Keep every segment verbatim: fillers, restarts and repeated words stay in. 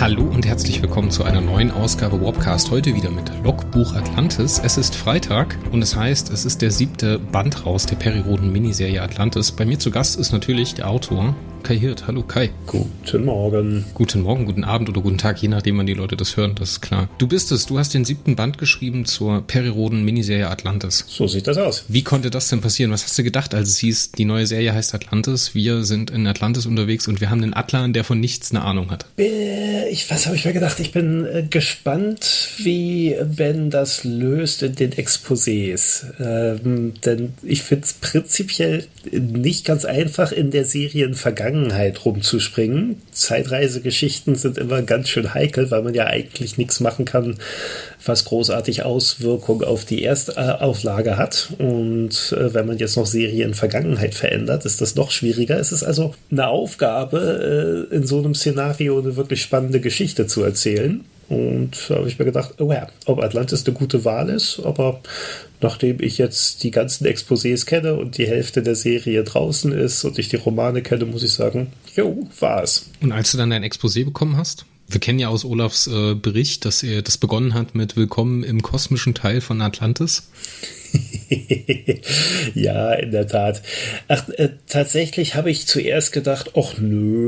Hallo und herzlich willkommen zu einer neuen Ausgabe Warpcast. Heute wieder mit Logbuch Atlantis. Es ist Freitag und es heißt, es ist der siebte Band raus der Perioden-Miniserie Atlantis. Bei mir zu Gast ist natürlich der Autor Kai Hirt. Hallo Kai. Guten Morgen. Guten Morgen, guten Abend oder guten Tag, je nachdem, wann die Leute das hören, das ist klar. Du bist es, du hast den siebten Band geschrieben zur Perioden-Miniserie Atlantis. So sieht das aus. Wie konnte das denn passieren? Was hast du gedacht, als es hieß, die neue Serie heißt Atlantis, wir sind in Atlantis unterwegs und wir haben einen Atlan, der von nichts eine Ahnung hat? Ich, was habe ich mir gedacht? Ich bin äh, gespannt, wie Ben das löst in den Exposés. Ähm, denn ich finde es prinzipiell nicht ganz einfach, in der Serienvergangenheit rumzuspringen. Zeitreisegeschichten sind immer ganz schön heikel, weil man ja eigentlich nichts machen kann, was großartig Auswirkungen auf die Erstauflage hat. Und äh, wenn man jetzt noch Serienvergangenheit verändert, ist das noch schwieriger. Es ist also eine Aufgabe, äh, in so einem Szenario eine wirklich spannende Geschichte zu erzählen. Und da habe ich mir gedacht, oh ja, ob Atlantis eine gute Wahl ist, aber nachdem ich jetzt die ganzen Exposés kenne und die Hälfte der Serie draußen ist und ich die Romane kenne, muss ich sagen, jo, war es. Und als du dann dein Exposé bekommen hast? Wir kennen ja aus Olafs äh, Bericht, dass er das begonnen hat mit Willkommen im kosmischen Teil von Atlantis. Ja, in der Tat. Ach, äh, tatsächlich habe ich zuerst gedacht, ach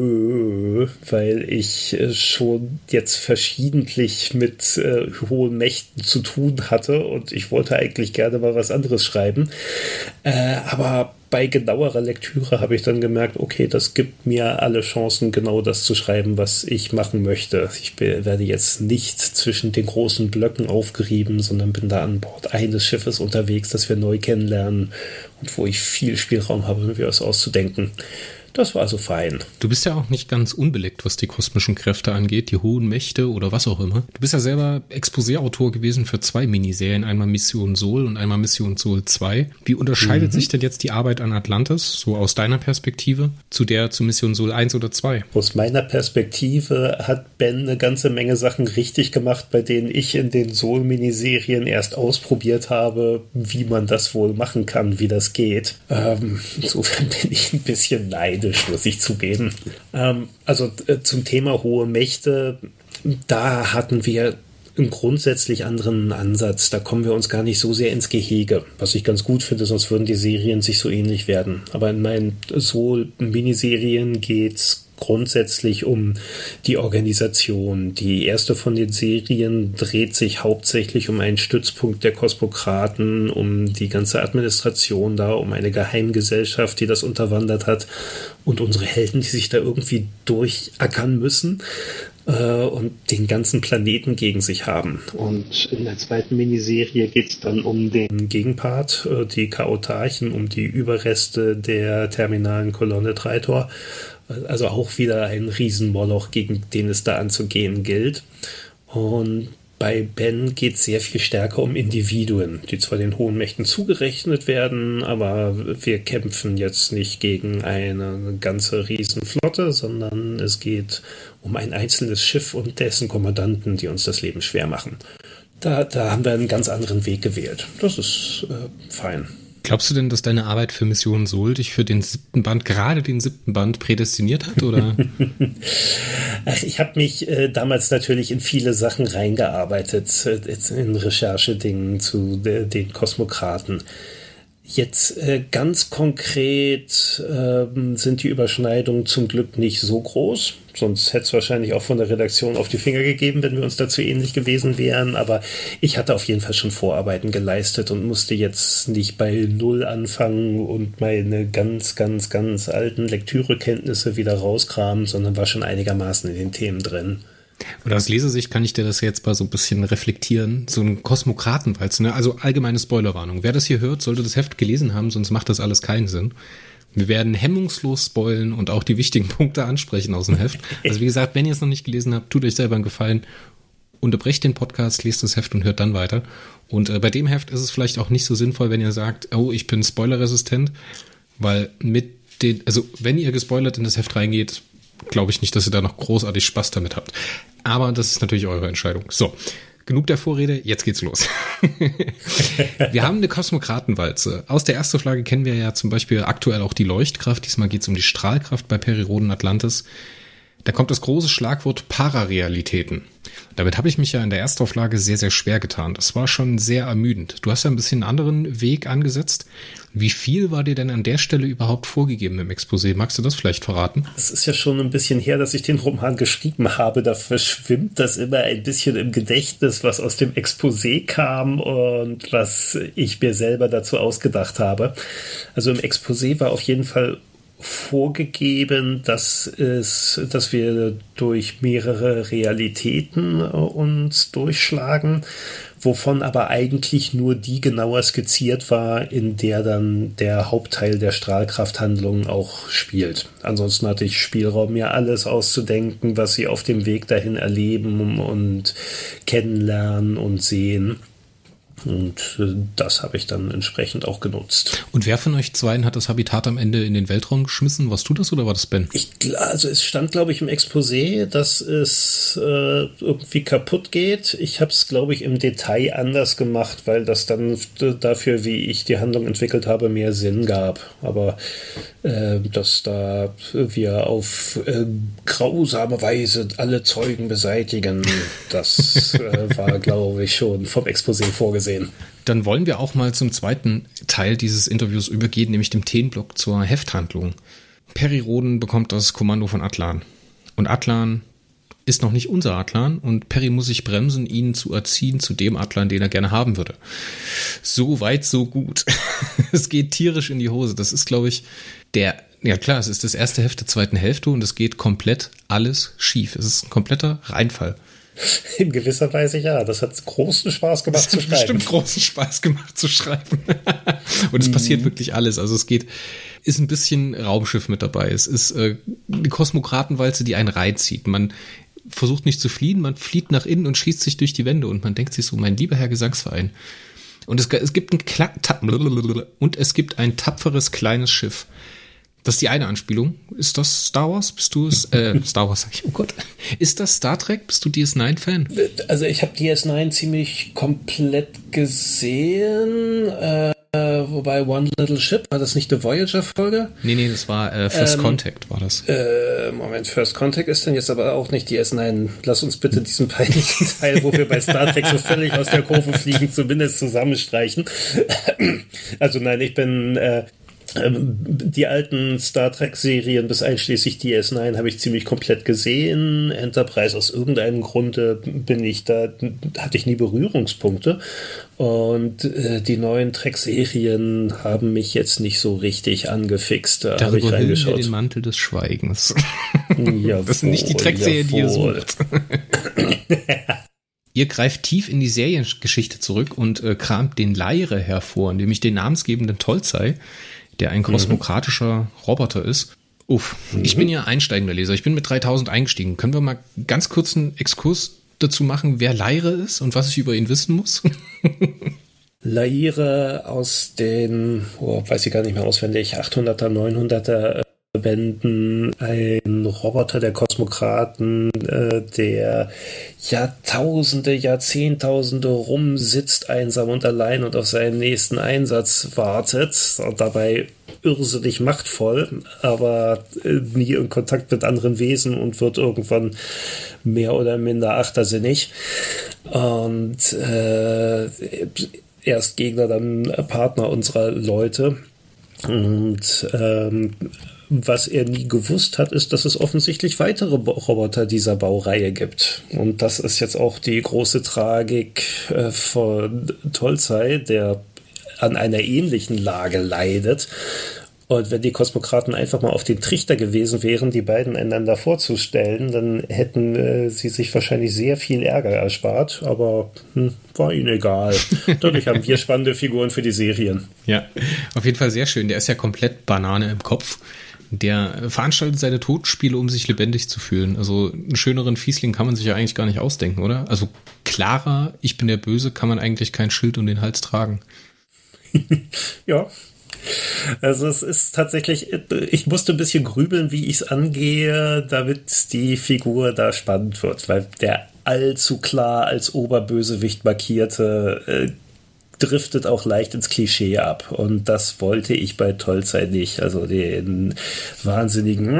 nö, weil ich äh, schon jetzt verschiedentlich mit äh, hohen Mächten zu tun hatte und ich wollte eigentlich gerne mal was anderes schreiben. Äh, aber bei genauerer Lektüre habe ich dann gemerkt, okay, das gibt mir alle Chancen, genau das zu schreiben, was ich machen möchte. Ich be- werde jetzt nicht zwischen den großen Blöcken aufgerieben, sondern bin da an Bord eines Schiffes unterwegs, das wir neu kennenlernen und wo ich viel Spielraum habe, mir was auszudenken. Das war also fein. Du bist ja auch nicht ganz unbeleckt, was die kosmischen Kräfte angeht, die hohen Mächte oder was auch immer. Du bist ja selber Exposé-Autor gewesen für zwei Miniserien, einmal Mission Sol und einmal Mission Sol zwei. Wie unterscheidet mhm. sich denn jetzt die Arbeit an Atlantis, so aus deiner Perspektive, zu der zu Mission Sol eins oder zwei? Aus meiner Perspektive hat Ben eine ganze Menge Sachen richtig gemacht, bei denen ich in den Sol-Miniserien erst ausprobiert habe, wie man das wohl machen kann, wie das geht. Ähm, insofern bin ich ein bisschen neidisch, muss ich zugeben. Ähm, also äh, zum Thema hohe Mächte, da hatten wir einen grundsätzlich anderen Ansatz. Da kommen wir uns gar nicht so sehr ins Gehege, was ich ganz gut finde, sonst würden die Serien sich so ähnlich werden. Aber in meinen Sol-Miniserien geht's grundsätzlich um die Organisation. Die erste von den Serien dreht sich hauptsächlich um einen Stützpunkt der Kosmokraten, um die ganze Administration da, um eine Geheimgesellschaft, die das unterwandert hat und unsere Helden, die sich da irgendwie durchackern müssen äh, und den ganzen Planeten gegen sich haben. Und in der zweiten Miniserie geht es dann um den Gegenpart, äh, die Chaotarchen, um die Überreste der terminalen Kolonne Traitor. Also auch wieder ein Riesenmoloch, gegen den es da anzugehen gilt. Und bei Ben geht es sehr viel stärker um Individuen, die zwar den hohen Mächten zugerechnet werden, aber wir kämpfen jetzt nicht gegen eine ganze Riesenflotte, sondern es geht um ein einzelnes Schiff und dessen Kommandanten, die uns das Leben schwer machen. Da, da haben wir einen ganz anderen Weg gewählt. Das ist äh, fein. Glaubst du denn, dass deine Arbeit für Mission Sol dich für den siebten Band, gerade den siebten Band, prädestiniert hat, oder? Ach, ich habe mich äh, damals natürlich in viele Sachen reingearbeitet, äh, in Recherchedingen zu äh, den Kosmokraten. Jetzt äh, ganz konkret äh, sind die Überschneidungen zum Glück nicht so groß. Sonst hätte es wahrscheinlich auch von der Redaktion auf die Finger gegeben, wenn wir uns dazu ähnlich gewesen wären. Aber ich hatte auf jeden Fall schon Vorarbeiten geleistet und musste jetzt nicht bei Null anfangen und meine ganz, ganz, ganz alten Lektürekenntnisse wieder rauskramen, sondern war schon einigermaßen in den Themen drin. Oder aus Lesersicht kann ich dir das jetzt mal so ein bisschen reflektieren. So ein Kosmokratenwalz, ne? Also allgemeine Spoilerwarnung. Wer das hier hört, sollte das Heft gelesen haben, sonst macht das alles keinen Sinn. Wir werden hemmungslos spoilen und auch die wichtigen Punkte ansprechen aus dem Heft. Also wie gesagt, wenn ihr es noch nicht gelesen habt, tut euch selber einen Gefallen. Unterbrecht den Podcast, lest das Heft und hört dann weiter. Und äh, bei dem Heft ist es vielleicht auch nicht so sinnvoll, wenn ihr sagt, oh, ich bin spoilerresistent, weil mit den, also wenn ihr gespoilert in das Heft reingeht, glaube ich nicht, dass ihr da noch großartig Spaß damit habt. Aber das ist natürlich eure Entscheidung. So, genug der Vorrede, jetzt geht's los. Wir haben eine Kosmokratenwalze. Aus der ersten Flagge kennen wir ja zum Beispiel aktuell auch die Leuchtkraft. Diesmal geht's um die Strahlkraft bei Perioden Atlantis. Da kommt das große Schlagwort Pararealitäten. Damit habe ich mich ja in der Erstauflage sehr, sehr schwer getan. Das war schon sehr ermüdend. Du hast ja ein bisschen einen anderen Weg angesetzt. Wie viel war dir denn an der Stelle überhaupt vorgegeben im Exposé? Magst du das vielleicht verraten? Es ist ja schon ein bisschen her, dass ich den Roman geschrieben habe. Da verschwimmt das immer ein bisschen im Gedächtnis, was aus dem Exposé kam und was ich mir selber dazu ausgedacht habe. Also im Exposé war auf jeden Fall vorgegeben, dass es, dass wir durch mehrere Realitäten uns durchschlagen, wovon aber eigentlich nur die genauer skizziert war, in der dann der Hauptteil der Strahlkrafthandlung auch spielt. Ansonsten hatte ich Spielraum, mir alles auszudenken, was sie auf dem Weg dahin erleben und kennenlernen und sehen. Und das habe ich dann entsprechend auch genutzt. Und wer von euch zweien hat das Habitat am Ende in den Weltraum geschmissen? Warst du das oder war das Ben? Ich, also es stand, glaube ich, im Exposé, dass es äh, irgendwie kaputt geht. Ich habe es, glaube ich, im Detail anders gemacht, weil das dann dafür, wie ich die Handlung entwickelt habe, mehr Sinn gab. Aber äh, dass da wir auf äh, grausame Weise alle Zeugen beseitigen, das äh, war, glaube ich, schon vom Exposé vorgesehen. Dann wollen wir auch mal zum zweiten Teil dieses Interviews übergehen, nämlich dem Themenblock zur Hefthandlung. Peri Roden bekommt das Kommando von Atlan. Und Atlan ist noch nicht unser Atlan und Peri muss sich bremsen, ihn zu erziehen zu dem Atlan, den er gerne haben würde. So weit, so gut. Es geht tierisch in die Hose. Das ist, glaube ich, der... Ja klar, es ist das erste Heft der zweiten Hälfte und es geht komplett alles schief. Es ist ein kompletter Reinfall. In gewisser Weise ja. Das hat großen Spaß gemacht zu schreiben. Das hat bestimmt großen Spaß gemacht zu schreiben. Und es mhm. passiert wirklich alles. Also es geht, ist ein bisschen Raumschiff mit dabei. Es ist äh, die Kosmokratenwalze, die einen reinzieht. Man versucht nicht zu fliehen, man flieht nach innen und schießt sich durch die Wände und man denkt sich so, mein lieber Herr Gesangsverein. Und es, es gibt ein Kla- ta- und es gibt ein tapferes kleines Schiff. Das ist die eine Anspielung. Ist das Star Wars? Bist du es? Äh, Star Wars, sag ich. Oh Gott. Ist das Star Trek? Bist du D S neun Fan? Also ich habe D S neun ziemlich komplett gesehen. Äh, wobei One Little Ship, war das nicht eine Voyager-Folge? Nee, nee, das war äh, First ähm, Contact, war das. Äh, Moment, First Contact ist denn jetzt aber auch nicht D S neun. Lass uns bitte diesen peinlichen Teil, wo wir bei Star Trek so völlig aus der Kurve fliegen, zumindest zusammenstreichen. Also nein, ich bin... Äh, Die alten Star Trek-Serien bis einschließlich D S neun habe ich ziemlich komplett gesehen. Enterprise aus irgendeinem Grunde bin ich da, hatte ich nie Berührungspunkte. Und äh, die neuen Trek-Serien haben mich jetzt nicht so richtig angefixt. Da habe ich reingeschaut. Wir den Mantel des Schweigens. Jawohl, das sind nicht die Trek-Serien, die ihr sucht. Ihr greift tief in die Seriengeschichte zurück und äh, kramt den Lyre hervor, nämlich den namensgebenden Tolzei, der ein kosmokratischer mhm. Roboter ist. Uff, mhm. Ich bin ja einsteigender Leser. Ich bin mit dreitausend eingestiegen. Können wir mal ganz kurz einen Exkurs dazu machen, wer Lyre ist und was ich über ihn wissen muss? Lyre aus den, oh, weiß ich gar nicht mehr auswendig, achthunderter, neunhunderter Bänden, ein Roboter der Kosmokraten, äh, der Jahrtausende, Jahrzehntausende rumsitzt, einsam und allein und auf seinen nächsten Einsatz wartet und dabei irrsinnig machtvoll, aber äh, nie in Kontakt mit anderen Wesen und wird irgendwann mehr oder minder achtersinnig. Und äh, erst Gegner, dann Partner unserer Leute. Und ähm, was er nie gewusst hat, ist, dass es offensichtlich weitere Roboter dieser Baureihe gibt. Und das ist jetzt auch die große Tragik äh, von Tolzei, der an einer ähnlichen Lage leidet. Und wenn die Kosmokraten einfach mal auf den Trichter gewesen wären, die beiden einander vorzustellen, dann hätten äh, sie sich wahrscheinlich sehr viel Ärger erspart. Aber hm, war ihnen egal. Dadurch haben wir spannende Figuren für die Serien. Ja, auf jeden Fall sehr schön. Der ist ja komplett Banane im Kopf. Der veranstaltet seine Todspiele, um sich lebendig zu fühlen. Also einen schöneren Fiesling kann man sich ja eigentlich gar nicht ausdenken, oder? Also klarer, ich bin der Böse, kann man eigentlich kein Schild um den Hals tragen. Ja. Also es ist tatsächlich, ich musste ein bisschen grübeln, wie ich es angehe, damit die Figur da spannend wird, weil der allzu klar als Oberbösewicht markierte, äh, driftet auch leicht ins Klischee ab. Und das wollte ich bei Tolstoi nicht. Also den wahnsinnigen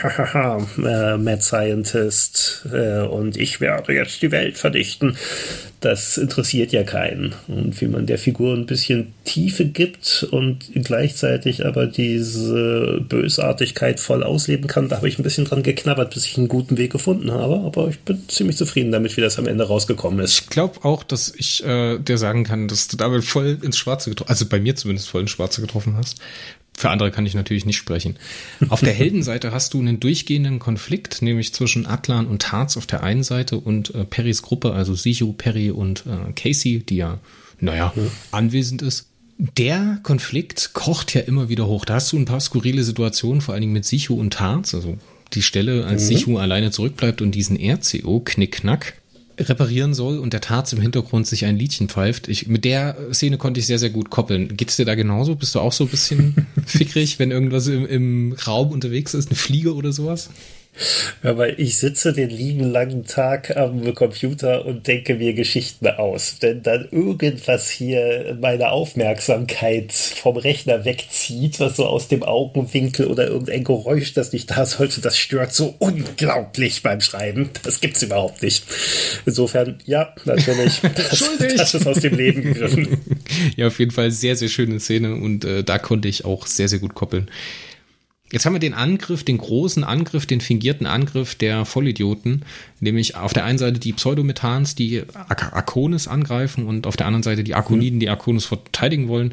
äh, Mad Scientist äh, und ich werde jetzt die Welt verdichten. Das interessiert ja keinen. Und wie man der Figur ein bisschen Tiefe gibt und gleichzeitig aber diese Bösartigkeit voll ausleben kann, da habe ich ein bisschen dran geknabbert, bis ich einen guten Weg gefunden habe. Aber ich bin ziemlich zufrieden damit, wie das am Ende rausgekommen ist. Ich glaube auch, dass ich äh, dir sagen kann, dass du damit voll ins Schwarze getroffen, also bei mir zumindest voll ins Schwarze getroffen hast. Für andere kann ich natürlich nicht sprechen. Auf der Heldenseite hast du einen durchgehenden Konflikt, nämlich zwischen Atlan und Tarz auf der einen Seite und äh, Perrys Gruppe, also Sichu, Perry und äh, Casey, die ja, naja, ja. anwesend ist. Der Konflikt kocht ja immer wieder hoch. Da hast du ein paar skurrile Situationen, vor allen Dingen mit Sichu und Tarz, also die Stelle, als mhm. Sichu alleine zurückbleibt und diesen R C O, Knickknack, reparieren soll und der Tarz im Hintergrund sich ein Liedchen pfeift. Ich, mit der Szene konnte ich sehr, sehr gut koppeln. Geht's dir da genauso? Bist du auch so ein bisschen fickrig, wenn irgendwas im, im Raum unterwegs ist, eine Fliege oder sowas? Ja, weil ich sitze den lieben langen Tag am Computer und denke mir Geschichten aus. Wenn dann irgendwas hier meine Aufmerksamkeit vom Rechner wegzieht, was so aus dem Augenwinkel oder irgendein Geräusch, das nicht da sollte, das stört so unglaublich beim Schreiben. Das gibt's überhaupt nicht. Insofern, ja, natürlich. Das, das ist aus dem Leben gegriffen. Ja, auf jeden Fall sehr, sehr schöne Szene und äh, da konnte ich auch sehr, sehr gut koppeln. Jetzt haben wir den Angriff, den großen Angriff, den fingierten Angriff der Vollidioten, nämlich auf der einen Seite die Pseudomethans, die Ar- Arconis angreifen und auf der anderen Seite die Arkoniden, die Arconis verteidigen wollen,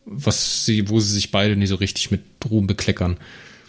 was sie, wo sie sich beide nicht so richtig mit Ruhm bekleckern.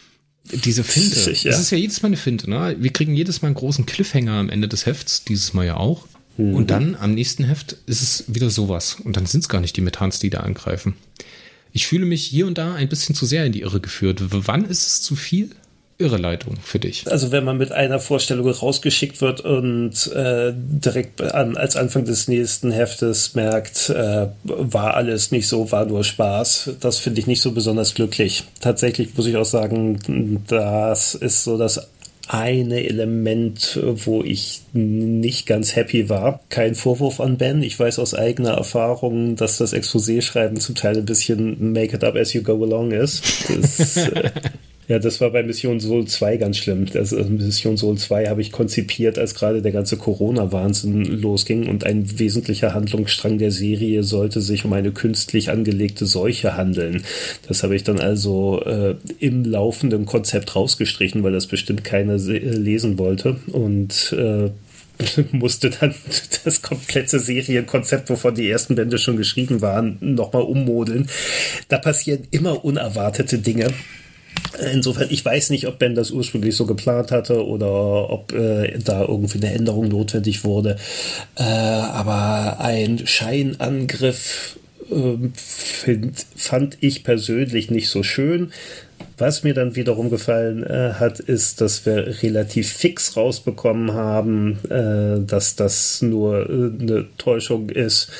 Diese Finte, Sicher. Das ist ja jedes Mal eine Finte, ne? Wir kriegen jedes Mal einen großen Cliffhanger am Ende des Hefts, dieses Mal ja auch. Mhm. Und dann am nächsten Heft ist es wieder sowas. Und dann sind es gar nicht die Methans, die da angreifen. Ich fühle mich hier und da ein bisschen zu sehr in die Irre geführt. W- wann ist es zu viel Irreleitung für dich? Also wenn man mit einer Vorstellung rausgeschickt wird und äh, direkt an, als Anfang des nächsten Heftes merkt, äh, war alles nicht so, war nur Spaß, das finde ich nicht so besonders glücklich. Tatsächlich muss ich auch sagen, das ist so das eine Element, wo ich nicht ganz happy war. Kein Vorwurf an Ben. Ich weiß aus eigener Erfahrung, dass das Exposé-Schreiben zum Teil ein bisschen make it up as you go along ist. Das, äh, ja, das war bei Mission Sol zwei ganz schlimm. Das, also Mission Sol zwei habe ich konzipiert, als gerade der ganze Corona-Wahnsinn losging und ein wesentlicher Handlungsstrang der Serie sollte sich um eine künstlich angelegte Seuche handeln. Das habe ich dann also äh, im laufenden Konzept rausgestrichen, weil das bestimmt keiner se- lesen wollte und äh, musste dann das komplette Serienkonzept, wovon die ersten Bände schon geschrieben waren, nochmal ummodeln. Da passieren immer unerwartete Dinge. Insofern, ich weiß nicht, ob Ben das ursprünglich so geplant hatte oder ob äh, da irgendwie eine Änderung notwendig wurde. Äh, aber ein Scheinangriff äh, find, fand ich persönlich nicht so schön. Was mir dann wiederum gefallen äh, hat, ist, dass wir relativ fix rausbekommen haben, äh, dass das nur äh, eine Täuschung ist.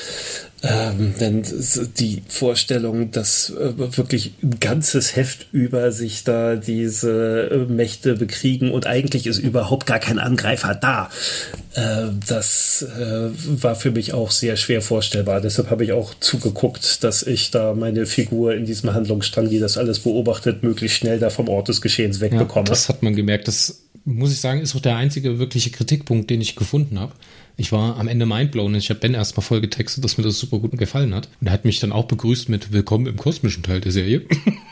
Ähm, denn die Vorstellung, dass äh, wirklich ein ganzes Heft über sich da diese äh, Mächte bekriegen und eigentlich ist überhaupt gar kein Angreifer da, äh, das äh, war für mich auch sehr schwer vorstellbar. Deshalb habe ich auch zugeguckt, dass ich da meine Figur in diesem Handlungsstrang, die das alles beobachtet, möglichst schnell da vom Ort des Geschehens wegbekomme. Ja, das hat man gemerkt. Das, muss ich sagen, ist auch der einzige wirkliche Kritikpunkt, den ich gefunden habe. Ich war am Ende mindblown. Ich habe Ben erstmal voll getextet, dass mir das super gut gefallen hat. Und er hat mich dann auch begrüßt mit Willkommen im kosmischen Teil der Serie.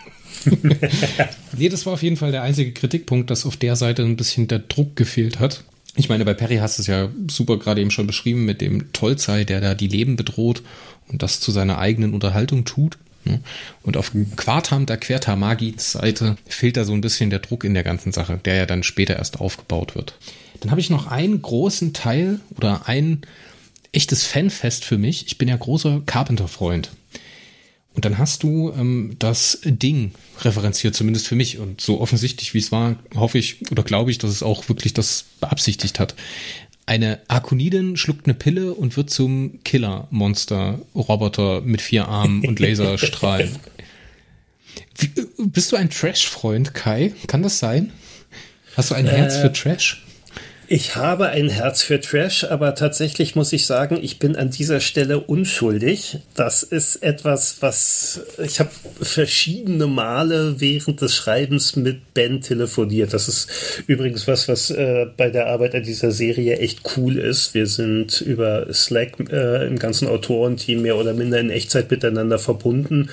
Nee, das war auf jeden Fall der einzige Kritikpunkt, dass auf der Seite ein bisschen der Druck gefehlt hat. Ich meine, bei Perry hast du es ja super gerade eben schon beschrieben mit dem Tolstoi, der da die Leben bedroht und das zu seiner eigenen Unterhaltung tut. Und auf Quartam der Quertamagis-Seite fehlt da so ein bisschen der Druck in der ganzen Sache, der ja dann später erst aufgebaut wird. Dann habe ich noch einen großen Teil oder ein echtes Fanfest für mich. Ich bin ja großer Carpenter-Freund. Und dann hast du ähm, das Ding referenziert, zumindest für mich. Und so offensichtlich, wie es war, hoffe ich oder glaube ich, dass es auch wirklich das beabsichtigt hat. Eine Arkonidin schluckt eine Pille und wird zum Killer-Monster-Roboter mit vier Armen und Laserstrahlen. Wie, bist du ein Trash-Freund, Kai? Kann das sein? Hast du ein Herz äh, für Trash? Ich habe ein Herz für Trash, aber tatsächlich muss ich sagen, ich bin an dieser Stelle unschuldig. Das ist etwas, was ich habe verschiedene Male während des Schreibens mit Ben telefoniert. Das ist übrigens was, was äh, bei der Arbeit an dieser Serie echt cool ist. Wir sind über Slack äh, im ganzen Autorenteam mehr oder minder in Echtzeit miteinander verbunden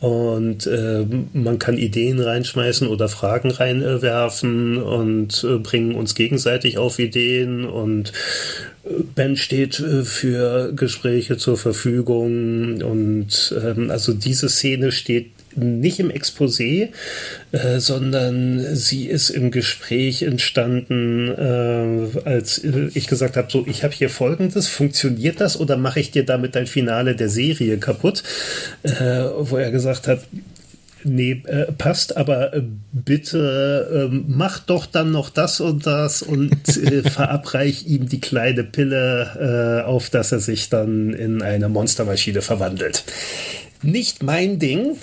und äh, man kann Ideen reinschmeißen oder Fragen reinwerfen äh, und äh, bringen uns gegenseitig auf Ideen, und Ben steht äh, für Gespräche zur Verfügung, und ähm, also diese Szene steht nicht im Exposé, äh, sondern sie ist im Gespräch entstanden, äh, als ich gesagt habe, so, ich habe hier Folgendes, funktioniert das oder mache ich dir damit dein Finale der Serie kaputt? Äh, wo er gesagt hat, nee, äh, passt, aber äh, bitte äh, mach doch dann noch das und das und äh, verabreich ihm die kleine Pille, äh, auf dass er sich dann in eine Monstermaschine verwandelt. Nicht mein Ding,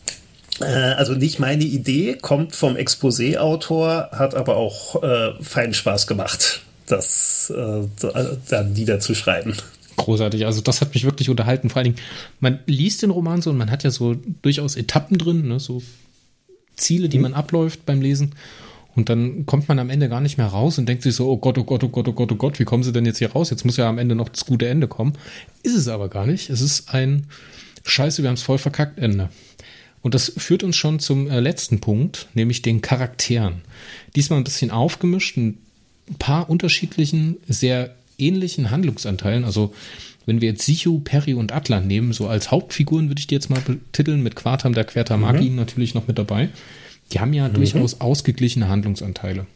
äh, also nicht meine Idee, kommt vom Exposé-Autor, hat aber auch äh, feinen Spaß gemacht, das äh, dann niederzuschreiben. Großartig, also das hat mich wirklich unterhalten. Vor allen Dingen, man liest den Roman so und man hat ja so durchaus Etappen drin, ne, so Ziele, die mhm. man abläuft beim Lesen. Und dann kommt man am Ende gar nicht mehr raus und denkt sich so, oh Gott, oh Gott, oh Gott, oh Gott, oh Gott, wie kommen sie denn jetzt hier raus? Jetzt muss ja am Ende noch das gute Ende kommen. Ist es aber gar nicht. Es ist ein Scheiße, wir haben es voll verkackt Ende. Und das führt uns schon zum äh, letzten Punkt, nämlich den Charakteren. Diesmal ein bisschen aufgemischt, ein paar unterschiedlichen, sehr ähnlichen Handlungsanteilen. Also wenn wir jetzt Sichu, Perry und Atlan nehmen, so als Hauptfiguren würde ich die jetzt mal betiteln, mit Quartam der Querta Magi mhm. natürlich noch mit dabei. Die haben ja mhm. durchaus ausgeglichene Handlungsanteile.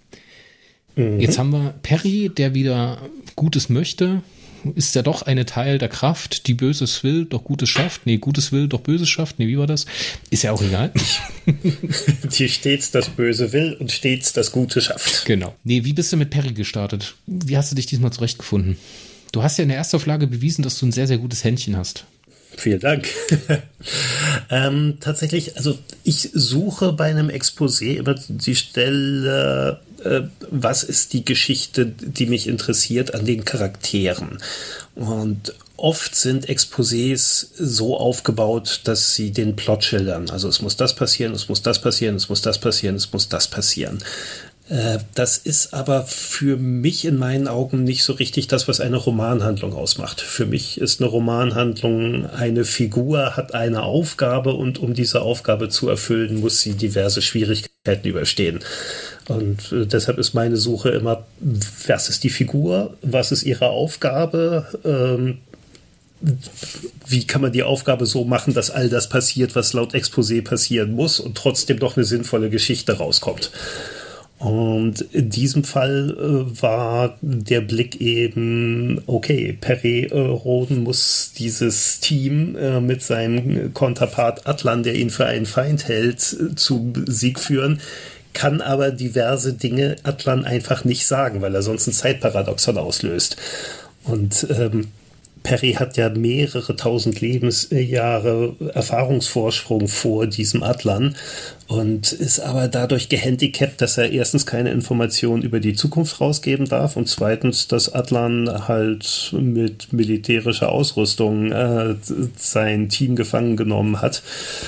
Mhm. Jetzt haben wir Perry, der wieder Gutes möchte. Ist ja doch eine Teil der Kraft, die Böses will, doch Gutes schafft. Nee, Gutes will, doch Böses schafft. Nee, wie war das? Ist ja auch egal. Die stets das Böse will und stets das Gute schafft. Genau. Nee, wie bist du mit Perry gestartet? Wie hast du dich diesmal zurechtgefunden? Du hast ja in der Erstauflage bewiesen, dass du ein sehr, sehr gutes Händchen hast. Vielen Dank. ähm, tatsächlich, also ich suche bei einem Exposé immer die Stelle, äh, was ist die Geschichte, die mich interessiert an den Charakteren. Und oft sind Exposés so aufgebaut, dass sie den Plot schildern. Also es muss das passieren, es muss das passieren, es muss das passieren, es muss das passieren. Das ist aber für mich in meinen Augen nicht so richtig das, was eine Romanhandlung ausmacht. Für mich ist eine Romanhandlung, eine Figur hat eine Aufgabe und um diese Aufgabe zu erfüllen, muss sie diverse Schwierigkeiten überstehen. Und äh, deshalb ist meine Suche immer, was ist die Figur, was ist ihre Aufgabe, ähm, wie kann man die Aufgabe so machen, dass all das passiert, was laut Exposé passieren muss und trotzdem doch eine sinnvolle Geschichte rauskommt. Und in diesem Fall äh, war der Blick eben, okay, Perry äh, Rhodan muss dieses Team äh, mit seinem Konterpart Atlan, der ihn für einen Feind hält, äh, zum Sieg führen, kann aber diverse Dinge Atlan einfach nicht sagen, weil er sonst ein Zeitparadoxon auslöst. Und ähm, Perry hat ja mehrere tausend Lebensjahre Erfahrungsvorsprung vor diesem Atlan und ist aber dadurch gehandicapt, dass er erstens keine Informationen über die Zukunft rausgeben darf und zweitens, dass Atlan halt mit militärischer Ausrüstung äh, sein Team gefangen genommen hat.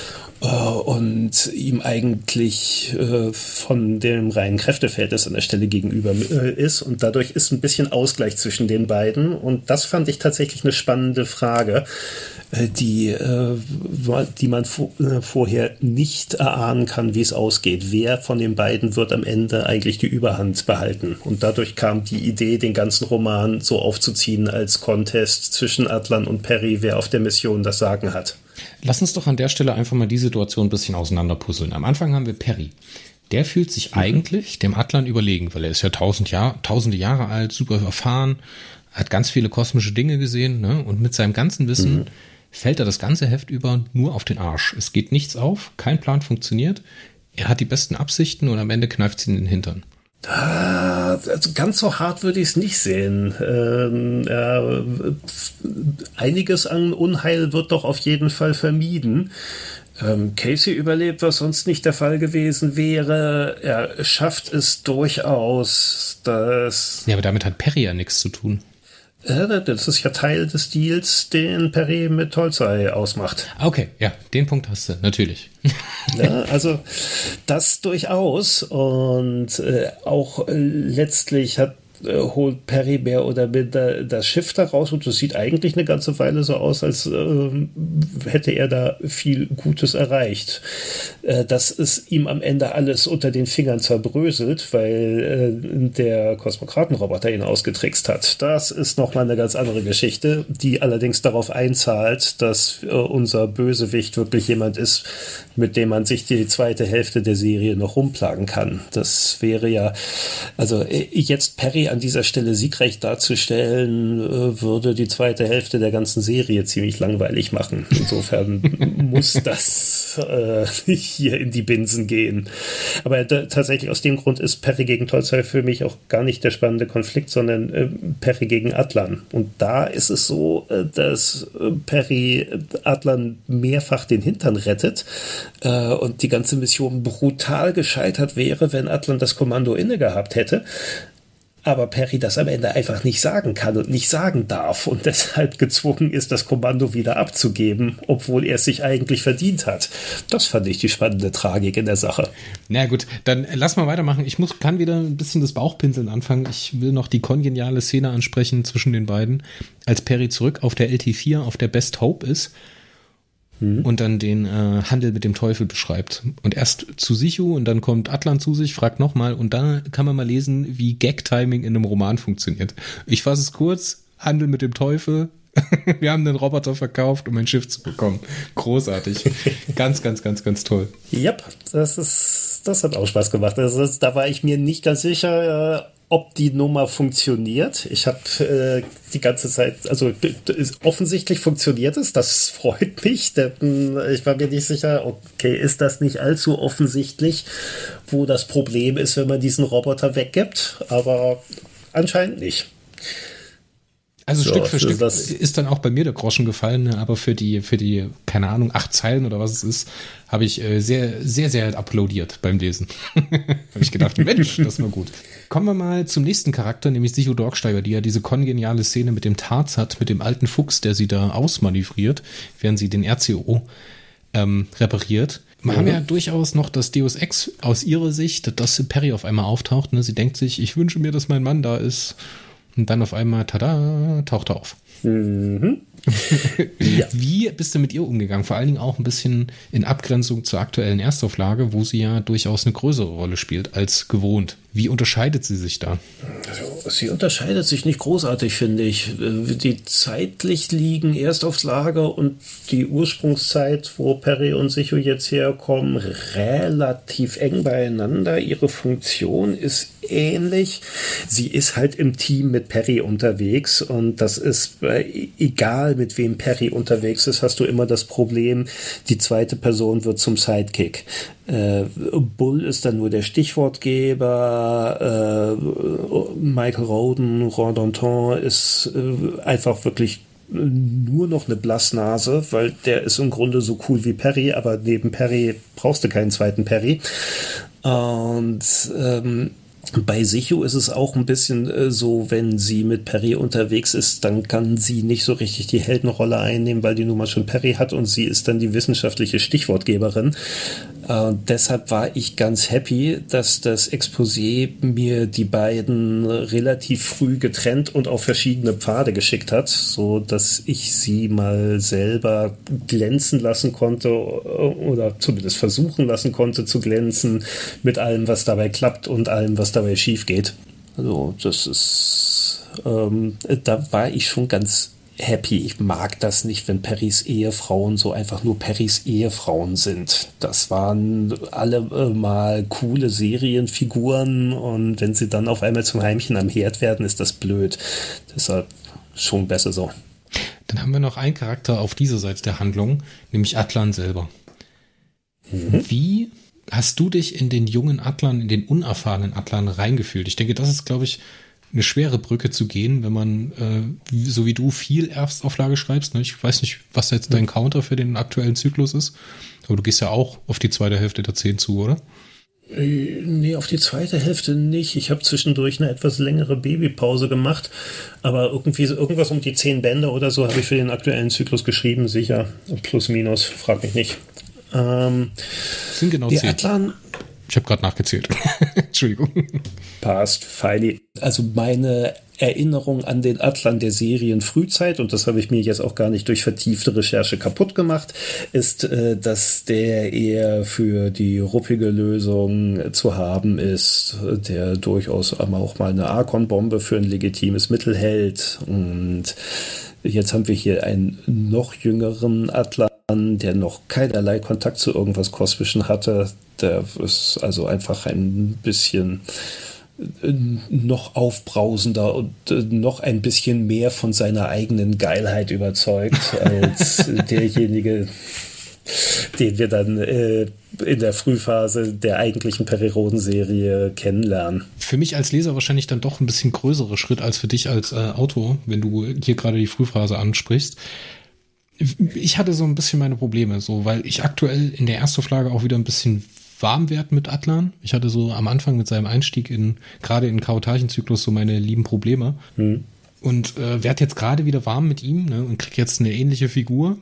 Und ihm eigentlich äh, von dem reinen Kräftefeld, das an der Stelle gegenüber äh, ist. Und dadurch ist ein bisschen Ausgleich zwischen den beiden. Und das fand ich tatsächlich eine spannende Frage, äh, die, äh, die man vo- äh, vorher nicht erahnen kann, wie es ausgeht. Wer von den beiden wird am Ende eigentlich die Überhand behalten? Und dadurch kam die Idee, den ganzen Roman so aufzuziehen als Contest zwischen Atlan und Perry, wer auf der Mission das Sagen hat. Lass uns doch an der Stelle einfach mal die Situation ein bisschen auseinanderpuzzeln. Am Anfang haben wir Perry. Der fühlt sich mhm. eigentlich dem Atlan überlegen, weil er ist ja tausend Jahr, tausende Jahre alt, super erfahren, hat ganz viele kosmische Dinge gesehen, ne? Und mit seinem ganzen Wissen mhm. fällt er das ganze Heft über nur auf den Arsch. Es geht nichts auf, kein Plan funktioniert. Er hat die besten Absichten und am Ende kneift sie in den Hintern. Also ganz so hart würde ich es nicht sehen. Ähm, äh, einiges an Unheil wird doch auf jeden Fall vermieden. Ähm, Casey überlebt, was sonst nicht der Fall gewesen wäre. Er schafft es durchaus, dass... Ja, aber damit hat Perry ja nichts zu tun. Das ist ja Teil des Deals, den Perry mit Tolstoi ausmacht. Okay, ja, den Punkt hast du, natürlich. Ja, also das durchaus. Und äh, auch äh, letztlich hat äh, holt Perry mehr oder minder das Schiff da raus und das sieht eigentlich eine ganze Weile so aus, als äh, hätte er da viel Gutes erreicht. Äh, dass es ihm am Ende alles unter den Fingern zerbröselt, weil äh, der Kosmokratenroboter ihn ausgetrickst hat. Das ist nochmal eine ganz andere Geschichte, die allerdings darauf einzahlt, dass äh, unser Bösewicht wirklich jemand ist, mit dem man sich die zweite Hälfte der Serie noch rumplagen kann. Das wäre ja, also äh, jetzt Perry an dieser Stelle siegreich darzustellen, äh, würde die zweite Hälfte der ganzen Serie ziemlich langweilig machen. Insofern muss das äh, hier in die Binsen gehen. Aber da, tatsächlich aus dem Grund ist Perry gegen Tolstoi für mich auch gar nicht der spannende Konflikt, sondern äh, Perry gegen Atlan. Und da ist es so, äh, dass äh, Perry Atlan mehrfach den Hintern rettet äh, und die ganze Mission brutal gescheitert wäre, wenn Atlan das Kommando inne gehabt hätte. Aber Perry das am Ende einfach nicht sagen kann und nicht sagen darf und deshalb gezwungen ist, das Kommando wieder abzugeben, obwohl er es sich eigentlich verdient hat. Das fand ich die spannende Tragik in der Sache. Na gut, dann lass mal weitermachen. Ich muss, kann wieder ein bisschen das Bauchpinseln anfangen. Ich will noch die kongeniale Szene ansprechen zwischen den beiden, als Perry zurück auf der L T vier, auf der Best Hope ist und dann den äh, Handel mit dem Teufel beschreibt. Und erst zu Sichu und dann kommt Atlan zu sich, fragt nochmal und dann kann man mal lesen, wie Gag-Timing in einem Roman funktioniert. Ich fasse es kurz, Handel mit dem Teufel, wir haben den Roboter verkauft, um ein Schiff zu bekommen. Großartig. Ganz, ganz, ganz, ganz toll. Yep, das ist, das hat auch Spaß gemacht. Das ist, da war ich mir nicht ganz sicher, äh, ob die Nummer funktioniert. Ich habe äh, die ganze Zeit, also offensichtlich funktioniert es, das freut mich, denn ich war mir nicht sicher, okay, ist das nicht allzu offensichtlich, wo das Problem ist, wenn man diesen Roboter weggibt, aber anscheinend nicht. Also so, Stück für Stück das ist dann auch bei mir der Groschen gefallen, ne? Aber für die, für die, keine Ahnung, acht Zeilen oder was es ist, habe ich äh, sehr, sehr, sehr applaudiert beim Lesen. Habe ich gedacht, Mensch, das war gut. Kommen wir mal zum nächsten Charakter, nämlich Sichu Dorksteiger, die ja diese kongeniale Szene mit dem Tarz hat, mit dem alten Fuchs, der sie da ausmanövriert, während sie den R C O ähm, repariert. Wir mhm. haben ja durchaus noch das Deus Ex aus ihrer Sicht, dass Perry auf einmal auftaucht. Ne? Sie denkt sich, ich wünsche mir, dass mein Mann da ist. Und dann auf einmal, tada, taucht er auf. Mhm. Ja. Wie bist du mit ihr umgegangen? Vor allen Dingen auch ein bisschen in Abgrenzung zur aktuellen Erstauflage, wo sie ja durchaus eine größere Rolle spielt als gewohnt. Wie unterscheidet sie sich da? Also, sie unterscheidet sich nicht großartig, finde ich. Die zeitlich liegen Erstauflage und die Ursprungszeit, wo Perry und Sichu jetzt herkommen, relativ eng beieinander. Ihre Funktion ist ähnlich. Sie ist halt im Team mit Perry unterwegs und das ist egal, mit wem Perry unterwegs ist, hast du immer das Problem, die zweite Person wird zum Sidekick. Äh, Bull ist dann nur der Stichwortgeber, äh, Michael Roden, Rondanton ist äh, einfach wirklich nur noch eine Blassnase, weil der ist im Grunde so cool wie Perry, aber neben Perry brauchst du keinen zweiten Perry. Und ähm, bei Sichu ist es auch ein bisschen äh, so, wenn sie mit Perry unterwegs ist, dann kann sie nicht so richtig die Heldenrolle einnehmen, weil die nun mal schon Perry hat und sie ist dann die wissenschaftliche Stichwortgeberin. Äh, deshalb war ich ganz happy, dass das Exposé mir die beiden relativ früh getrennt und auf verschiedene Pfade geschickt hat, so dass ich sie mal selber glänzen lassen konnte oder zumindest versuchen lassen konnte zu glänzen mit allem, was dabei klappt und allem, was dabei schief geht. Also das ist, ähm, da war ich schon ganz happy. Ich mag das nicht, wenn Perrys Ehefrauen so einfach nur Perrys Ehefrauen sind. Das waren alle äh, mal coole Serienfiguren und wenn sie dann auf einmal zum Heimchen am Herd werden, ist das blöd. Deshalb schon besser so. Dann haben wir noch einen Charakter auf dieser Seite der Handlung, nämlich Atlan selber. Mhm. Wie hast du dich in den jungen Atlan, in den unerfahrenen Atlan reingefühlt? Ich denke, das ist, glaube ich, eine schwere Brücke zu gehen, wenn man, äh, so wie du, viel Erstauflage schreibst. Ne? Ich weiß nicht, was jetzt dein Counter für den aktuellen Zyklus ist, aber du gehst ja auch auf die zweite Hälfte der zehn zu, oder? Nee, auf die zweite Hälfte nicht. Ich habe zwischendurch eine etwas längere Babypause gemacht, aber irgendwie so irgendwas um die zehn Bände oder so habe ich für den aktuellen Zyklus geschrieben, sicher. Plus, minus, frag mich nicht. Ähm, das sind genau zehn. Atlan. Ich habe gerade nachgezählt. Entschuldigung. Passt, feini. Also meine Erinnerung an den Atlan der Serien-Frühzeit, und das habe ich mir jetzt auch gar nicht durch vertiefte Recherche kaputt gemacht, ist, äh, dass der eher für die ruppige Lösung zu haben ist, der durchaus auch mal eine Archon-Bombe für ein legitimes Mittel hält. Und jetzt haben wir hier einen noch jüngeren Atlan, der noch keinerlei Kontakt zu irgendwas Kosmischen hatte. Der ist also einfach ein bisschen noch aufbrausender und noch ein bisschen mehr von seiner eigenen Geilheit überzeugt als derjenige, den wir dann äh, in der Frühphase der eigentlichen Peri-Roden-Serie kennenlernen. Für mich als Leser wahrscheinlich dann doch ein bisschen größerer Schritt als für dich als äh, Autor, wenn du hier gerade die Frühphase ansprichst. Ich hatte so ein bisschen meine Probleme, so, weil ich aktuell in der Erstauflage auch wieder ein bisschen warm werd mit Atlan. Ich hatte so am Anfang mit seinem Einstieg in, gerade in Kautarchenzyklus, so meine lieben Probleme. Hm. Und äh, werd jetzt gerade wieder warm mit ihm, ne, und krieg jetzt eine ähnliche Figur,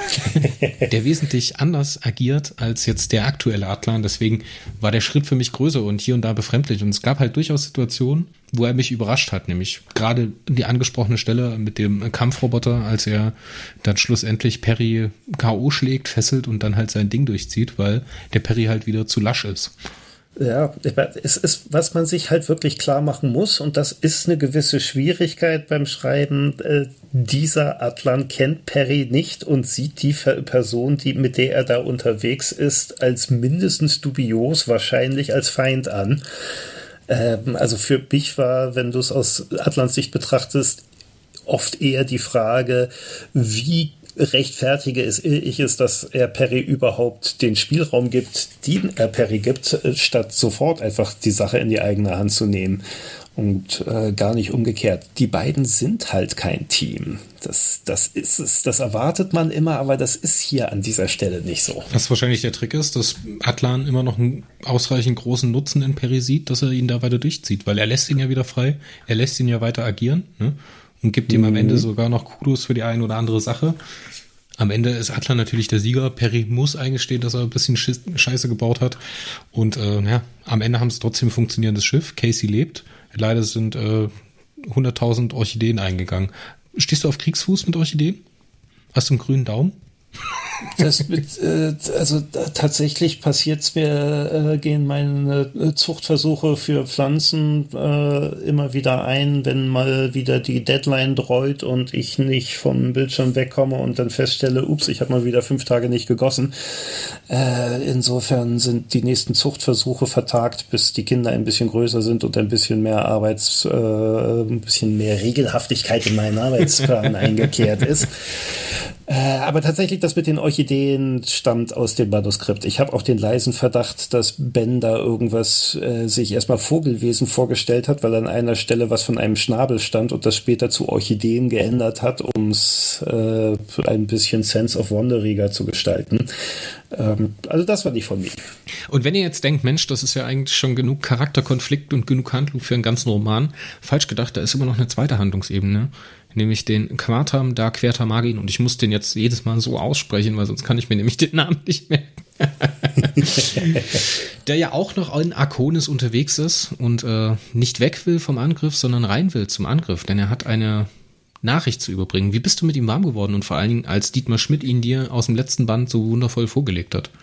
der wesentlich anders agiert als jetzt der aktuelle Atlan. Deswegen war der Schritt für mich größer und hier und da befremdlich. Und es gab halt durchaus Situationen, wo er mich überrascht hat, nämlich gerade die angesprochene Stelle mit dem Kampfroboter, als er dann schlussendlich Perry K O schlägt, fesselt und dann halt sein Ding durchzieht, weil der Perry halt wieder zu lasch ist. Ja, es ist, was man sich halt wirklich klar machen muss, und das ist eine gewisse Schwierigkeit beim Schreiben. Äh, dieser Atlan kennt Perry nicht und sieht die Person, die, mit der er da unterwegs ist, als mindestens dubios, wahrscheinlich als Feind an. Ähm, also für mich war, wenn du es aus Atlans Sicht betrachtest, oft eher die Frage, wie rechtfertige es ich es, dass er Perry überhaupt den Spielraum gibt, den er Perry gibt, statt sofort einfach die Sache in die eigene Hand zu nehmen und äh, gar nicht umgekehrt. Die beiden sind halt kein Team. Das, das ist es. Das erwartet man immer, aber das ist hier an dieser Stelle nicht so. Was wahrscheinlich der Trick ist, dass Atlan immer noch einen ausreichend großen Nutzen in Perry sieht, dass er ihn da weiter durchzieht, weil er lässt ihn ja wieder frei, er lässt ihn ja weiter agieren, ne? Und gibt ihm am Ende sogar noch Kudos für die eine oder andere Sache. Am Ende ist Atlan natürlich der Sieger. Perry muss eingestehen, dass er ein bisschen Scheiße gebaut hat. Und äh, ja, am Ende haben sie trotzdem ein funktionierendes Schiff. Casey lebt. Leider sind äh, hunderttausend Orchideen eingegangen. Stehst du auf Kriegsfuß mit Orchideen? Hast du einen grünen Daumen? Das mit, äh, also da, tatsächlich passiert es mir, äh, gehen meine äh, Zuchtversuche für Pflanzen äh, immer wieder ein, wenn mal wieder die Deadline dreut und ich nicht vom Bildschirm wegkomme und dann feststelle, ups, ich habe mal wieder fünf Tage nicht gegossen. Äh, insofern sind die nächsten Zuchtversuche vertagt, bis die Kinder ein bisschen größer sind und ein bisschen mehr Arbeits, äh, ein bisschen mehr Regelhaftigkeit in meinen Arbeitsplan eingekehrt ist. Äh, aber tatsächlich, das mit den Orchideen stammt aus dem Manuskript. Ich habe auch den leisen Verdacht, dass Ben da irgendwas äh, sich erstmal Vogelwesen vorgestellt hat, weil an einer Stelle was von einem Schnabel stand und das später zu Orchideen geändert hat, um es äh, ein bisschen Sense of Wonderiger zu gestalten. Ähm, also das war nicht von mir. Und wenn ihr jetzt denkt, Mensch, das ist ja eigentlich schon genug Charakterkonflikt und genug Handlung für einen ganzen Roman, falsch gedacht, da ist immer noch eine zweite Handlungsebene, nämlich den Quartam da Querta Magin, und ich muss den jetzt jedes Mal so aussprechen, weil sonst kann ich mir nämlich den Namen nicht merken. Der ja auch noch in Arconis unterwegs ist und äh, nicht weg will vom Angriff, sondern rein will zum Angriff, denn er hat eine Nachricht zu überbringen. Wie bist du mit ihm warm geworden und vor allen Dingen, als Dietmar Schmidt ihn dir aus dem letzten Band so wundervoll vorgelegt hat?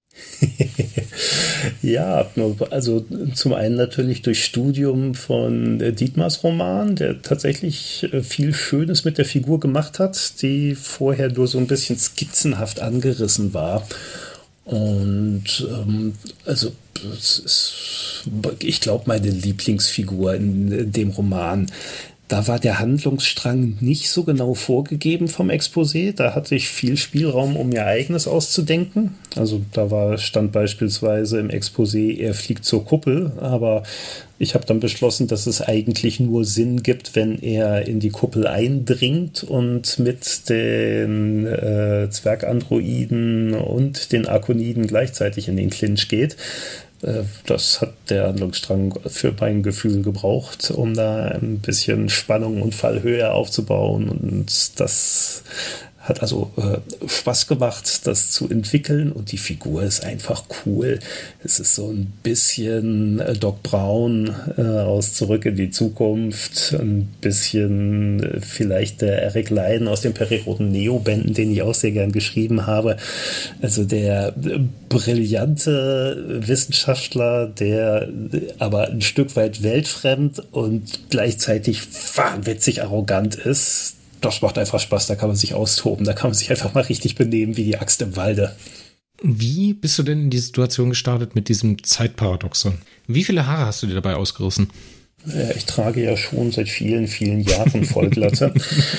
Ja, also zum einen natürlich durch Studium von Dietmars Roman, der tatsächlich viel Schönes mit der Figur gemacht hat, die vorher nur so ein bisschen skizzenhaft angerissen war. Und ähm, also es ist, ich glaube, meine Lieblingsfigur in dem Roman. da war der Handlungsstrang nicht so genau vorgegeben vom Exposé. Da hatte ich viel Spielraum, um mir eigenes auszudenken. Also da war, stand beispielsweise im Exposé, er fliegt zur Kuppel, aber ich habe dann beschlossen, dass es eigentlich nur Sinn gibt, wenn er in die Kuppel eindringt und mit den äh, Zwergandroiden und den Arkoniden gleichzeitig in den Clinch geht. Äh, das hat der Handlungsstrang für mein Gefühl gebraucht, um da ein bisschen Spannung und Fallhöhe aufzubauen. Und das hat also äh, Spaß gemacht, das zu entwickeln, und die Figur ist einfach cool. Es ist so ein bisschen äh, Doc Brown äh, aus Zurück in die Zukunft, ein bisschen äh, vielleicht der Eric Leiden aus den Periroden Neo-Bänden, den ich auch sehr gern geschrieben habe. Also der äh, brillante Wissenschaftler, der äh, aber ein Stück weit weltfremd und gleichzeitig wahnwitzig arrogant ist. Das macht einfach Spaß, da kann man sich austoben, da kann man sich einfach mal richtig benehmen wie die Axt im Walde. Wie bist du denn in die Situation gestartet mit diesem Zeitparadoxon? Wie viele Haare hast du dir dabei ausgerissen? Ja, ich trage ja schon seit vielen, vielen Jahren Vollglatte.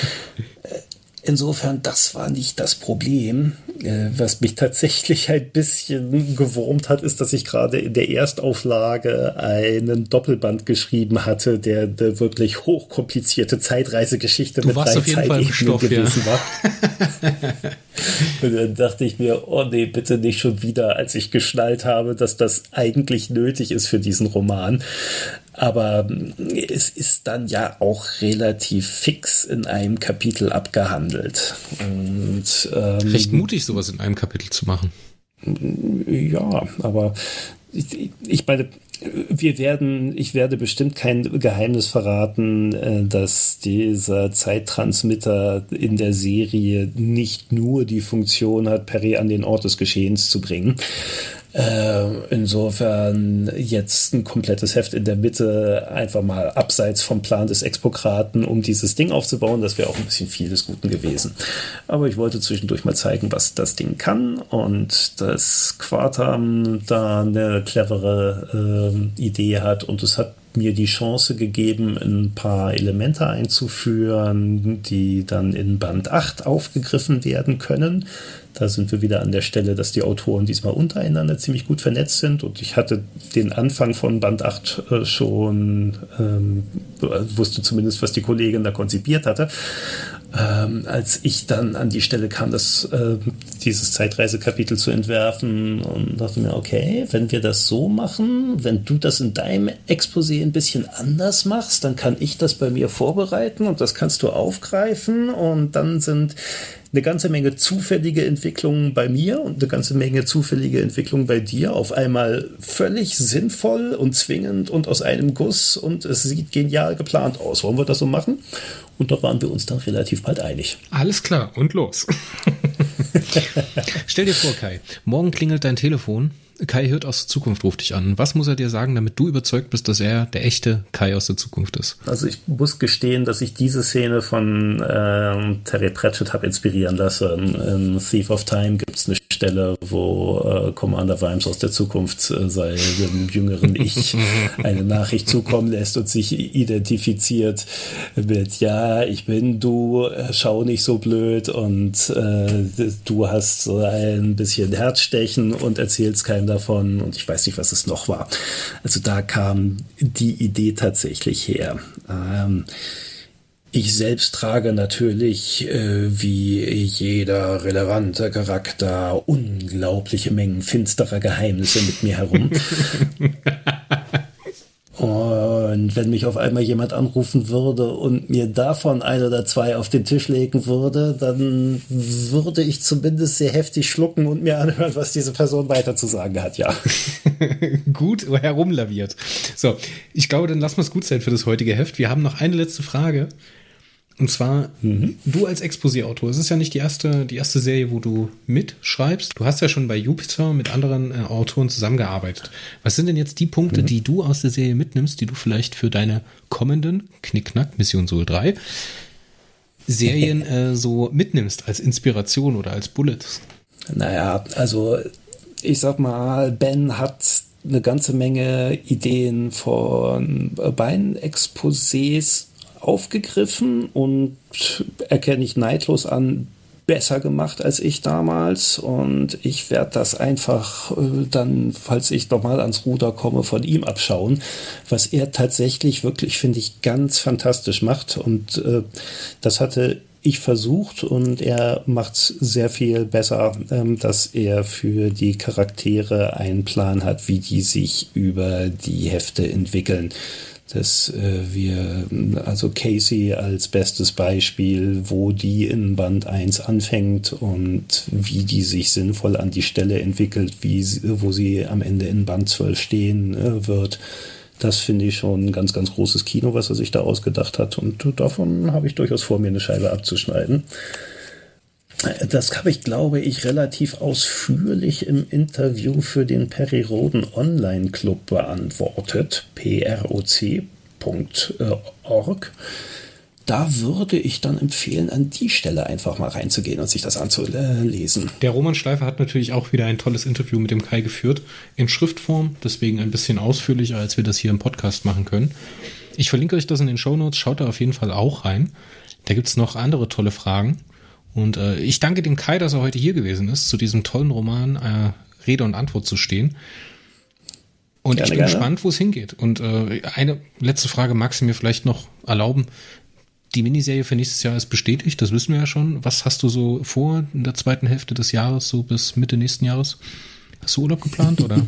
Insofern, das war nicht das Problem. Was mich tatsächlich ein bisschen gewurmt hat, ist, dass ich gerade in der Erstauflage einen Doppelband geschrieben hatte, der eine wirklich hochkomplizierte Zeitreisegeschichte du mit drei Zeitebenen gewesen ja. war. Und dann dachte ich mir, oh nee, bitte nicht schon wieder, als ich geschnallt habe, dass das eigentlich nötig ist für diesen Roman. Aber es ist dann ja auch relativ fix in einem Kapitel abgehandelt. Und, ähm, recht mutig, sowas in einem Kapitel zu machen. Ja, aber ich, ich meine, wir werden, ich werde bestimmt kein Geheimnis verraten, dass dieser Zeittransmitter in der Serie nicht nur die Funktion hat, Perry an den Ort des Geschehens zu bringen. Insofern jetzt ein komplettes Heft in der Mitte, einfach mal abseits vom Plan des Expokraten, um dieses Ding aufzubauen, das wäre auch ein bisschen viel des Guten gewesen. Aber ich wollte zwischendurch mal zeigen, was das Ding kann, und dass Quartam da eine clevere äh, Idee hat, und es hat mir die Chance gegeben, ein paar Elemente einzuführen, die dann in Band acht aufgegriffen werden können. Da sind wir wieder an der Stelle, dass die Autoren diesmal untereinander ziemlich gut vernetzt sind, und ich hatte den Anfang von Band acht äh, schon, ähm, wusste zumindest, was die Kollegin da konzipiert hatte. Ähm, als ich dann an die Stelle kam, das, äh, dieses Zeitreisekapitel zu entwerfen, und dachte mir, okay, wenn wir das so machen, wenn du das in deinem Exposé ein bisschen anders machst, dann kann ich das bei mir vorbereiten und das kannst du aufgreifen, und dann sind eine ganze Menge zufällige Entwicklungen bei mir und eine ganze Menge zufällige Entwicklungen bei dir auf einmal völlig sinnvoll und zwingend und aus einem Guss, und es sieht genial geplant aus. Wollen wir das so machen? Und da waren wir uns dann relativ bald einig. Alles klar, und los. Stell dir vor, Kai, morgen klingelt dein Telefon. Kai Hirt aus der Zukunft ruft dich an. Was muss er dir sagen, damit du überzeugt bist, dass er der echte Kai aus der Zukunft ist? Also ich muss gestehen, dass ich diese Szene von äh, Terry Pratchett habe inspirieren lassen. In Thief of Time gibt es eine Stelle, wo äh, Commander Vimes aus der Zukunft äh, seinem jüngeren Ich eine Nachricht zukommen lässt und sich identifiziert mit, ja, ich bin du, schau nicht so blöd, und äh, du hast so ein bisschen Herzstechen und erzählst keinem davon, und ich weiß nicht, was es noch war. Also da kam die Idee tatsächlich her. Ähm, ich selbst trage natürlich, äh, wie jeder relevante Charakter, unglaubliche Mengen finsterer Geheimnisse mit mir herum. Und wenn mich auf einmal jemand anrufen würde und mir davon ein oder zwei auf den Tisch legen würde, dann würde ich zumindest sehr heftig schlucken und mir anhören, was diese Person weiter zu sagen hat, ja. Gut herumlaviert. So, ich glaube, dann lassen wir es gut sein für das heutige Heft. Wir haben noch eine letzte Frage. Und zwar, mhm. du als Exposé-Autor, es ist ja nicht die erste, die erste Serie, wo du mitschreibst. Du hast ja schon bei Jupiter mit anderen äh, Autoren zusammengearbeitet. Was sind denn jetzt die Punkte, mhm. die du aus der Serie mitnimmst, die du vielleicht für deine kommenden Knickknack Mission Sol drei Serien äh, so mitnimmst als Inspiration oder als Bullets? Naja, also ich sag mal, Ben hat eine ganze Menge Ideen von beiden Exposés aufgegriffen und, erkenne ich neidlos an, besser gemacht als ich damals, und ich werde das einfach äh, dann, falls ich nochmal ans Ruder komme, von ihm abschauen, was er tatsächlich wirklich, finde ich, ganz fantastisch macht, und äh, das hatte ich versucht und er macht es sehr viel besser, ähm, dass er für die Charaktere einen Plan hat, wie die sich über die Hefte entwickeln. Dass äh, wir, also Casey als bestes Beispiel, wo die in Band eins anfängt und wie die sich sinnvoll an die Stelle entwickelt, wie sie, wo sie am Ende in Band zwölf stehen äh, wird. Das finde ich schon ein ganz, ganz großes Kino, was er sich da ausgedacht hat, und davon habe ich durchaus vor, mir eine Scheibe abzuschneiden. Das habe ich, glaube ich, relativ ausführlich im Interview für den Perry-Rhodan Online Club beantwortet, p r o c punkt org. Da würde ich dann empfehlen, an die Stelle einfach mal reinzugehen und sich das anzulesen. Der Roman Schleifer hat natürlich auch wieder ein tolles Interview mit dem Kai geführt, in Schriftform, deswegen ein bisschen ausführlicher, als wir das hier im Podcast machen können. Ich verlinke euch das in den Shownotes, schaut da auf jeden Fall auch rein. Da gibt es noch andere tolle Fragen. Und äh, ich danke dem Kai, dass er heute hier gewesen ist, zu diesem tollen Roman äh, Rede und Antwort zu stehen. Und gerne, ich bin gerne gespannt, wo es hingeht. Und äh, eine letzte Frage magst du mir vielleicht noch erlauben. Die Miniserie für nächstes Jahr ist bestätigt, das wissen wir ja schon. Was hast du so vor in der zweiten Hälfte des Jahres, so bis Mitte nächsten Jahres? Hast du Urlaub geplant, oder?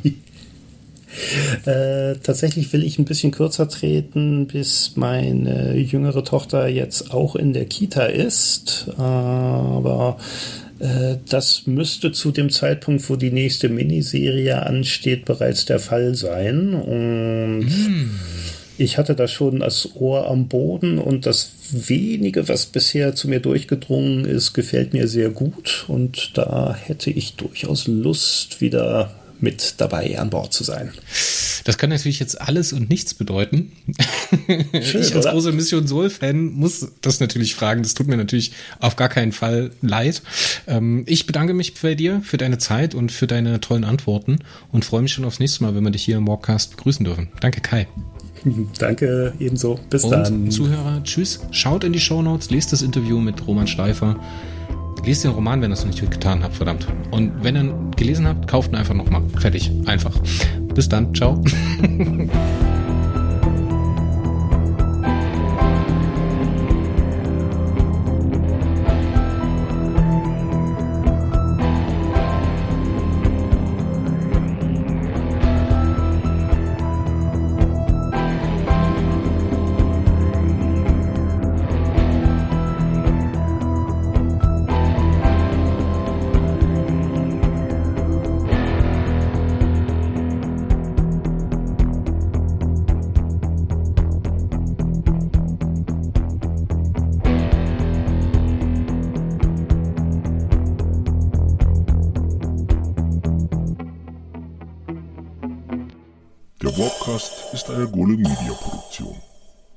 Äh, tatsächlich will ich ein bisschen kürzer treten, bis meine jüngere Tochter jetzt auch in der Kita ist. Aber äh, das müsste zu dem Zeitpunkt, wo die nächste Miniserie ansteht, bereits der Fall sein. Und mm. ich hatte da schon das Ohr am Boden, und das wenige, was bisher zu mir durchgedrungen ist, gefällt mir sehr gut. Und da hätte ich durchaus Lust, wieder mit dabei an Bord zu sein. Das kann natürlich jetzt alles und nichts bedeuten. Schön, ich als großer Mission Soul-Fan muss das natürlich fragen. Das tut mir natürlich auf gar keinen Fall leid. Ich bedanke mich bei dir für deine Zeit und für deine tollen Antworten und freue mich schon aufs nächste Mal, wenn wir dich hier im Walkcast begrüßen dürfen. Danke, Kai. Danke, ebenso. Bis und dann. Und Zuhörer, tschüss. Schaut in die Shownotes, lest das Interview mit Roman Schleifer. Lest den Roman, wenn ihr es noch nicht getan habt, verdammt. Und wenn ihr ihn gelesen habt, kauft ihn einfach nochmal. Fertig. Einfach. Bis dann. Ciao. Der Walkcast ist eine Golem Media Produktion.